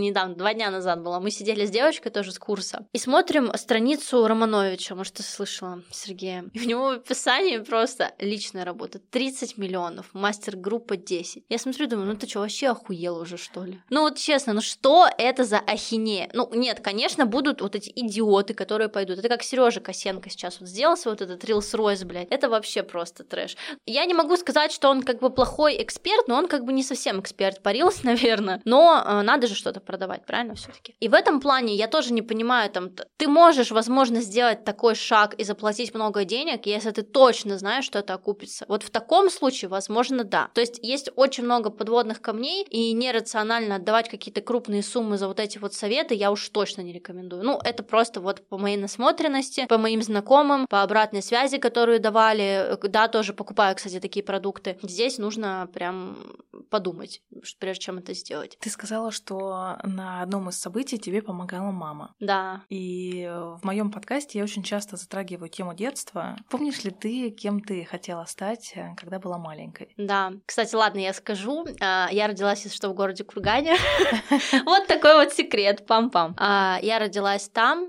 недавно, 2 дня назад было, мы сидели с девочкой тоже с курса и смотрим страницу Романовича, может, ты слышала, Сергея, и у него в описании просто личная работа, 30 миллионов, мастер-группа 10. Я смотрю, думаю, ну ты что, вообще охуел уже, что ли? Ну вот честно, ну что это за ахинея? Ну нет, конечно, будут вот эти идиоты, которые пойдут. Это как Сережа Косенко сейчас вот сделал свой вот этот Рилс-Ройс, блядь. Это вообще просто трэш. Я не могу сказать, что он как бы плохой эксперт, но он как бы не совсем эксперт по Рилс, наверное. Но надо же что-то продавать, правильно, все-таки. И в этом плане я тоже не понимаю, там, ты можешь, возможно, сделать такой шаг и заплатить много денег, если ты точно знаешь, что это окупится. Вот в таком случае, возможно, да. То есть есть очень много подводных камней, и нерационально отдавать какие-то крупные суммы за вот эти вот советы я уж точно не рекомендую. Ну, это просто вот по моей насмотренности, по моим знакомым, по обратной связи, которую давали, да, тоже покупаю, кстати, такие продукты. Здесь нужно прям подумать, прежде чем это сделать. Ты сказала, что на одном из событий тебе помогала мама. Да. И в моем подкасте я очень часто затрагиваю тему детства. Помнишь ли ты, кем ты хотела стать, когда была маленькой? Да. Кстати, ладно, я скажу. Я родилась, если что, в городе Кургане. Вот такой вот секрет. Пам-пам. Я родилась там.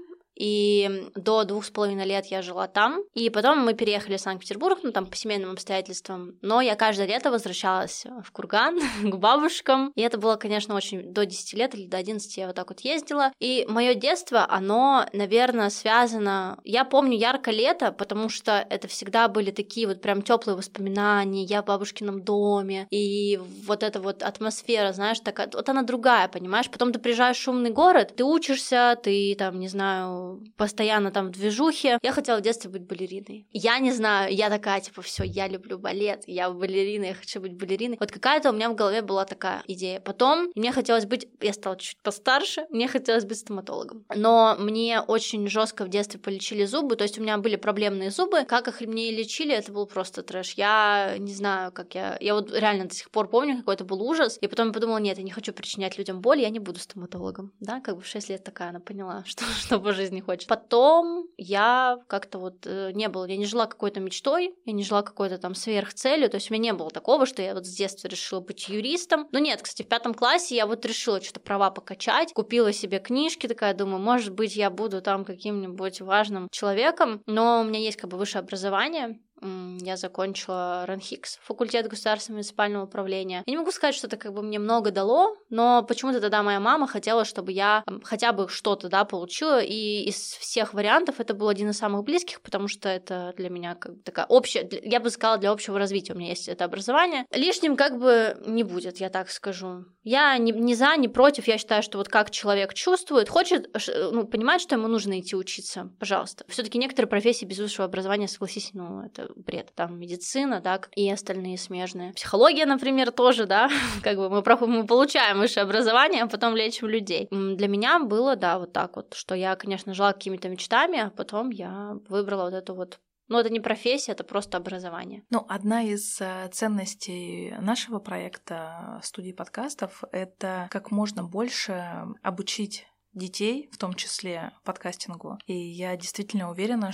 И до 2,5 лет я жила там, и потом мы переехали в Санкт-Петербург, ну там по семейным обстоятельствам, но я каждое лето возвращалась в Курган к бабушкам, и это было, конечно, очень до 10 лет или до 11 я вот так вот ездила, и мое детство, оно, наверное, связано, я помню ярко лето, потому что это всегда были такие вот прям теплые воспоминания, я в бабушкином доме, и вот эта вот атмосфера, знаешь, такая, вот она другая, понимаешь, потом ты приезжаешь в шумный город, ты учишься, ты там, не знаю, постоянно там в движухе. Я хотела в детстве быть балериной. Я не знаю, я такая, типа, все, я люблю балет, я балерина, я хочу быть балериной. Вот какая-то у меня в голове была такая идея. Потом мне хотелось быть, я стала чуть постарше, мне хотелось быть стоматологом. Но мне очень жестко в детстве полечили зубы, то есть у меня были проблемные зубы. Как их мне лечили, это был просто трэш. Я не знаю, как я вот реально до сих пор помню, какой это был ужас. И потом я подумала, нет, я не хочу причинять людям боль, я не буду стоматологом. Да, как бы в 6 лет такая она поняла, что по жизни хочет. Потом я как-то вот не было, я не жила какой-то мечтой, я не жила какой-то там сверхцелью, то есть у меня не было такого, что я вот с детства решила быть юристом. Но нет, кстати, в 5 классе я вот решила что-то права покачать, купила себе книжки, такая, думаю, может быть, я буду там каким-нибудь важным человеком, но у меня есть как бы высшее образование. Я закончила РАНХИКС, факультет государственного муниципального управления. Я не могу сказать, что это как бы мне много дало, но почему-то тогда моя мама хотела, чтобы я хотя бы что-то, да, получила, и из всех вариантов это был один из самых близких, потому что это для меня как бы такая общая, я бы сказала, для общего развития у меня есть это образование. Лишним как бы не будет, я так скажу. Я не за, не против, я считаю, что вот как человек чувствует, хочет, ну, понимает, что ему нужно идти учиться, пожалуйста. Все-таки некоторые профессии без высшего образования, согласись, ну, это бред. Там медицина, так, и остальные смежные. Психология, например, тоже, да, как бы мы получаем высшее образование, а потом лечим людей. Для меня было, да, вот так вот, что я, конечно, жила какими-то мечтами, а потом я выбрала вот эту вот. Но это не профессия, это просто образование. Ну, одна из ценностей нашего проекта студии подкастов — это как можно больше обучить детей, в том числе подкастингу. И я действительно уверена,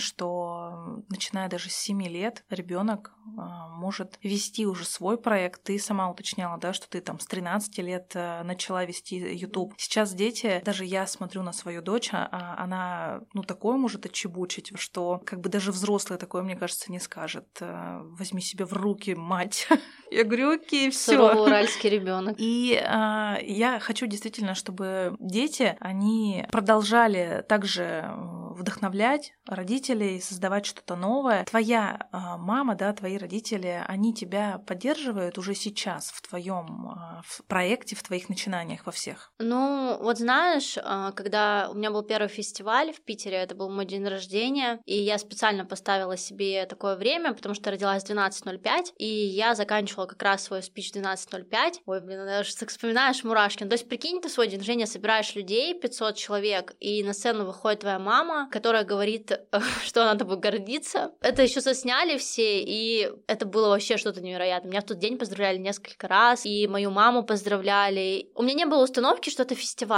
что начиная даже с 7 лет ребенок может вести уже свой проект. Ты сама уточняла, да, что ты там с 13 лет начала вести YouTube. Сейчас дети, даже я смотрю на свою дочь, она, ну, такое может отчебучить, что как бы даже взрослый такое, мне кажется, не скажет. Возьми себя в руки, мать. Я говорю, окей, всё. Суровый уральский ребенок. И я хочу действительно, чтобы дети, они продолжали также вдохновлять родителей, создавать что-то новое. Твоя мама, да, твои родители, они тебя поддерживают уже сейчас в твоем проекте, в твоих начинаниях во всех? Ну, вот знаешь, когда у меня был первый фестиваль в Питере, это был мой день рождения, и я специально поставила себе такое время, потому что родилась в 12:05, и я заканчивала как раз свой спич в 12:05. Ой, блин, даже так вспоминаешь, мурашки. То есть, прикинь, ты в свой день рождения собираешь людей, 500 человек, и на сцену выходит твоя мама, которая говорит, что она тобой гордится. Это еще засняли все, и это было вообще что-то невероятное. Меня в тот день поздравляли несколько раз, и мою маму поздравляли. У меня не было установки, что это фестиваль.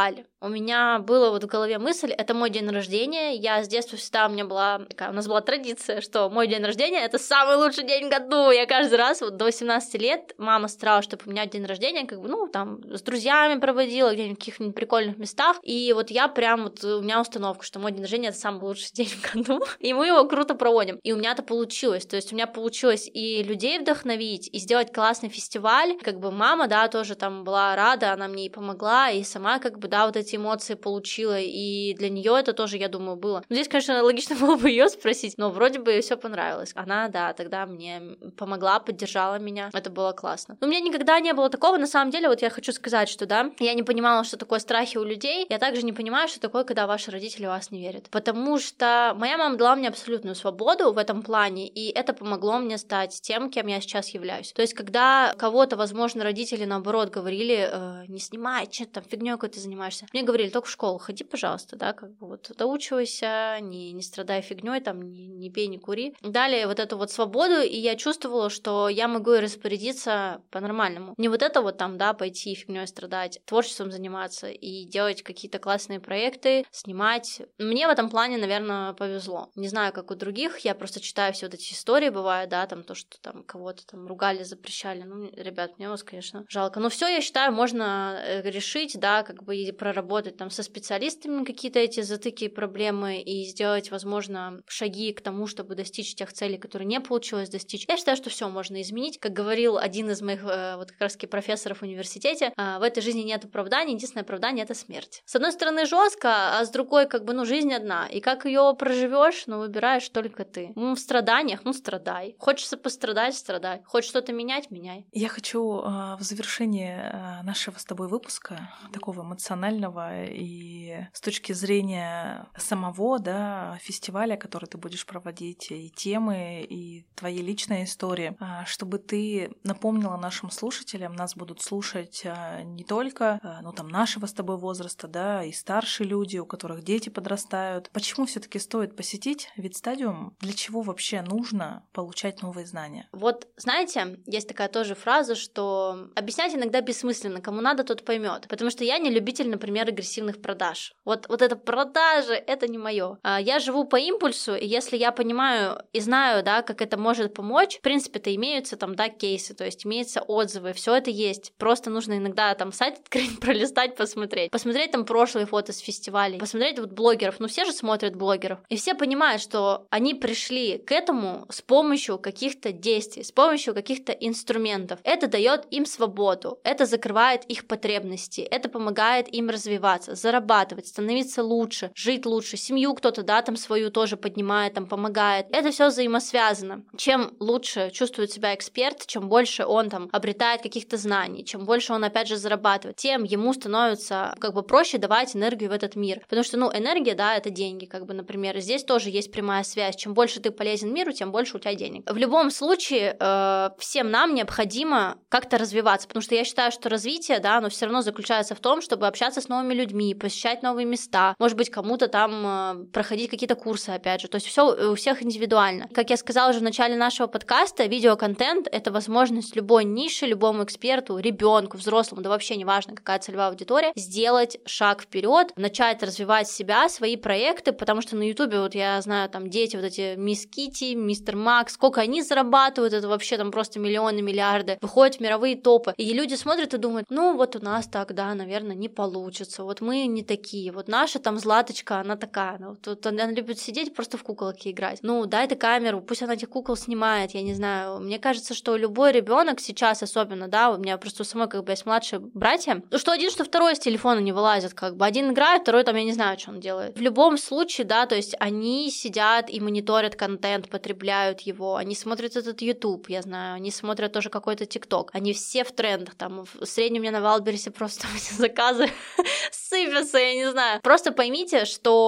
У меня была вот в голове мысль, это мой день рождения, я с детства всегда, у нас была традиция, что мой день рождения — это самый лучший день в году, я каждый раз вот до 18 лет мама старалась, чтобы у меня день рождения, там, с друзьями проводила, где-нибудь в каких-нибудь прикольных местах, и вот я прям, у меня установка, что мой день рождения — это самый лучший день в году, и мы его круто проводим, и у меня это получилось, то есть у меня получилось и людей вдохновить, и сделать классный фестиваль, мама, да, тоже там была рада, она мне и помогла, и сама, вот эти эмоции получила, и для нее это тоже, я думаю, было. Здесь, конечно, логично было бы ее спросить, но вроде бы все понравилось. Она, да, тогда мне помогла, поддержала меня, это было классно. Но у меня никогда не было такого, на самом деле, вот я хочу сказать, что, да, я не понимала, что такое страхи у людей, я также не понимаю, что такое, когда ваши родители в вас не верят. Потому что моя мама дала мне абсолютную свободу в этом плане, и это помогло мне стать тем, кем я сейчас являюсь. То есть, когда кого-то, возможно, родители, наоборот, говорили, не снимай, что ты там фигнёй какой-то занимаешься. Мне говорили, только в школу ходи, пожалуйста, да, доучивайся, не страдай фигнёй, там, не пей, не кури. Дали вот эту вот свободу, и я чувствовала, что я могу распорядиться по-нормальному. Не вот это вот там, да, пойти фигнёй страдать, творчеством заниматься и делать какие-то классные проекты, снимать. Мне в этом плане, наверное, повезло. Не знаю, как у других, я просто читаю все вот эти истории, бывает, да, там то, что там кого-то там ругали, запрещали. Ребят, мне вас, конечно, жалко. Но все, я считаю, можно решить, да, и проработать там со специалистами какие-то эти затыки и проблемы и сделать, возможно, шаги к тому, чтобы достичь тех целей, которые не получилось достичь. Я считаю, что все можно изменить. Как говорил один из моих вот как раз-таки профессоров в университете, в этой жизни нет оправданий, единственное оправдание — это смерть. С одной стороны, жестко, а с другой, жизнь одна. И как ее проживешь, выбираешь только ты. В страданиях, страдай. Хочется пострадать — страдай. Хочешь что-то менять — меняй. Я хочу в завершении нашего с тобой выпуска, такого эмоционального и с точки зрения самого, да, фестиваля, который ты будешь проводить, и темы, и твоей личной истории, чтобы ты напомнила нашим слушателям, нас будут слушать не только, нашего с тобой возраста, да, и старшие люди, у которых дети подрастают. Почему все-таки стоит посетить Ветстадиум? Для чего вообще нужно получать новые знания? Вот, знаете, есть такая тоже фраза, что объяснять иногда бессмысленно, кому надо, тот поймет. Потому что я не любитель, например, агрессивных продаж. Вот это продажи, это не мое. Я живу по импульсу, и если я понимаю и знаю, да, как это может помочь, в принципе-то имеются там, да, кейсы, то есть имеются отзывы, все это есть. Просто нужно иногда там сайт открыть, пролистать, посмотреть. Посмотреть там прошлые фото с фестивалей, посмотреть вот блогеров. Все же смотрят блогеров. И все понимают, что они пришли к этому с помощью каких-то действий, с помощью каких-то инструментов. Это дает им свободу, это закрывает их потребности, это помогает им развиваться, зарабатывать, становиться лучше, жить лучше, семью кто-то, да, там свою тоже поднимает, там помогает. Это все взаимосвязано. Чем лучше чувствует себя эксперт, чем больше он там обретает каких-то знаний, чем больше он опять же зарабатывает, тем ему становится проще давать энергию в этот мир. Потому что, энергия, да, это деньги, например. Здесь тоже есть прямая связь. Чем больше ты полезен миру, тем больше у тебя денег. В любом случае, всем нам необходимо как-то развиваться, потому что я считаю, что развитие, да, оно все равно заключается в том, чтобы общаться с новыми людьми, посещать новые места, может быть, кому-то там проходить какие-то курсы, опять же. То есть все у всех индивидуально. Как я сказала уже в начале нашего подкаста, видеоконтент — это возможность любой ниши, любому эксперту, ребенку, взрослому, да вообще неважно, какая целевая аудитория, сделать шаг вперед, начать развивать себя, свои проекты, потому что на Ютубе, вот я знаю, там дети, вот эти Мисс Китти, Мистер Макс, сколько они зарабатывают, это вообще там просто миллионы, миллиарды, выходят в мировые топы. И люди смотрят и думают, вот у нас так, да, наверное, не получится, вот мы не такие, вот наша там Златочка, она такая, вот она любит сидеть просто в куколки играть. Дай ты камеру, пусть она этих кукол снимает, я не знаю. Мне кажется, что любой ребенок сейчас особенно, да, у меня просто у самой есть младшие братья, что один, что второй с телефона не вылазят, один играет, второй там, я не знаю, что он делает. В любом случае, да, то есть они сидят и мониторят контент, потребляют его, они смотрят этот YouTube, я знаю, они смотрят тоже какой-то TikTok, они все в трендах, там, в среднем у меня на Вайлдберрисе просто заказы сыпятся, я не знаю. Просто поймите, что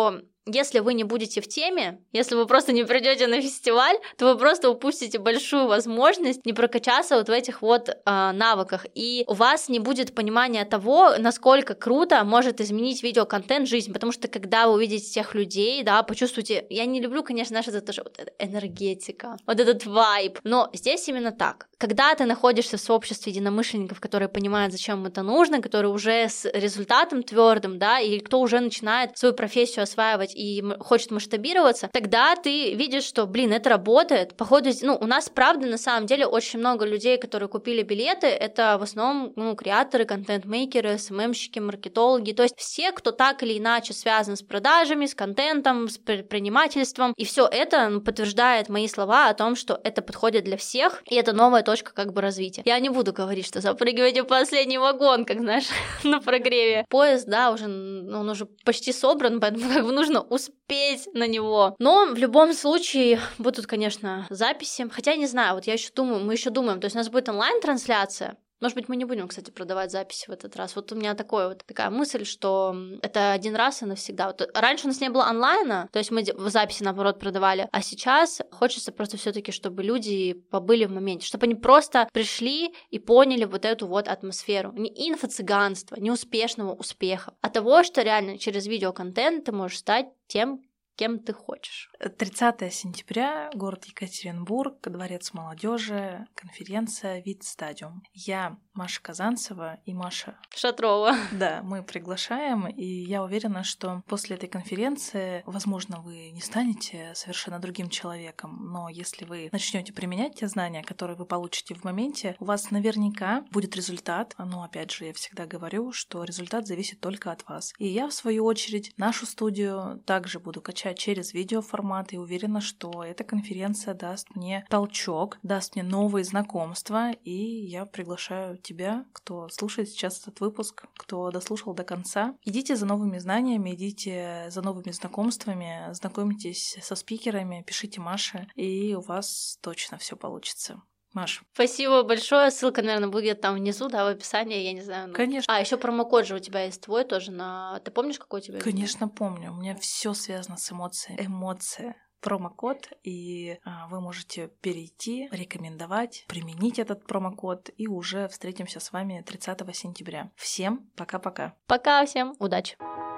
если вы не будете в теме, если вы просто не придете на фестиваль, то вы просто упустите большую возможность не прокачаться вот в этих вот навыках, и у вас не будет понимания того, насколько круто может изменить видеоконтент жизнь, потому что когда вы увидите тех людей, да, почувствуйте, я не люблю, конечно, знаешь, это тоже вот эта энергетика, вот этот вайб, но здесь именно так. Когда ты находишься в сообществе единомышленников, которые понимают, зачем это нужно, которые уже с результатом твердым, да, или кто уже начинает свою профессию осваивать и хочет масштабироваться, тогда ты видишь, что, это работает. Походу, у нас, правда, на самом деле очень много людей, которые купили билеты, это в основном, креаторы, контент-мейкеры, СММщики, маркетологи, то есть все, кто так или иначе связан с продажами, с контентом, с предпринимательством, и все это подтверждает мои слова о том, что это подходит для всех, и это новая точка развития. Я не буду говорить, что запрыгивайте в последний вагон, как, знаешь, на прогреве. Поезд, да, он уже почти собран, поэтому нужно успеть на него. Но в любом случае будут, конечно, записи. Хотя не знаю, вот я еще думаю, мы еще думаем, то есть у нас будет онлайн-трансляция. Может быть, мы не будем, кстати, продавать записи в этот раз. Вот у меня такая мысль, что это один раз и навсегда. Вот раньше у нас не было онлайна, то есть мы записи, наоборот, продавали, а сейчас хочется просто все-таки, чтобы люди побыли в моменте, чтобы они просто пришли и поняли вот эту вот атмосферу. Не инфо-цыганства, не успешного успеха, а того, что реально через видеоконтент ты можешь стать тем, кем ты хочешь. 30 сентября, город Екатеринбург, Дворец молодежи, конференция «Вид Стадиум». Я Маша Казанцева и Маша Шатрова. Да, мы приглашаем, и я уверена, что после этой конференции, возможно, вы не станете совершенно другим человеком, но если вы начнете применять те знания, которые вы получите в моменте, у вас наверняка будет результат. Но, опять же, я всегда говорю, что результат зависит только от вас. И я, в свою очередь, нашу студию также буду качать через видеоформат, и уверена, что эта конференция даст мне толчок, даст мне новые знакомства, и я приглашаю тебя, кто слушает сейчас этот выпуск, кто дослушал до конца. Идите за новыми знаниями, идите за новыми знакомствами, знакомьтесь со спикерами, пишите Маше, и у вас точно все получится. Маш. Спасибо большое. Ссылка, наверное, будет там внизу, да, в описании, я не знаю. Конечно. А еще промокод же у тебя есть твой тоже на... Ты помнишь, какой у тебя? Конечно, помню. У меня все связано с эмоцией. Эмоция. Промокод, и вы можете перейти, рекомендовать, применить этот промокод, и уже встретимся с вами 30 сентября. Всем пока-пока. Пока всем, удачи.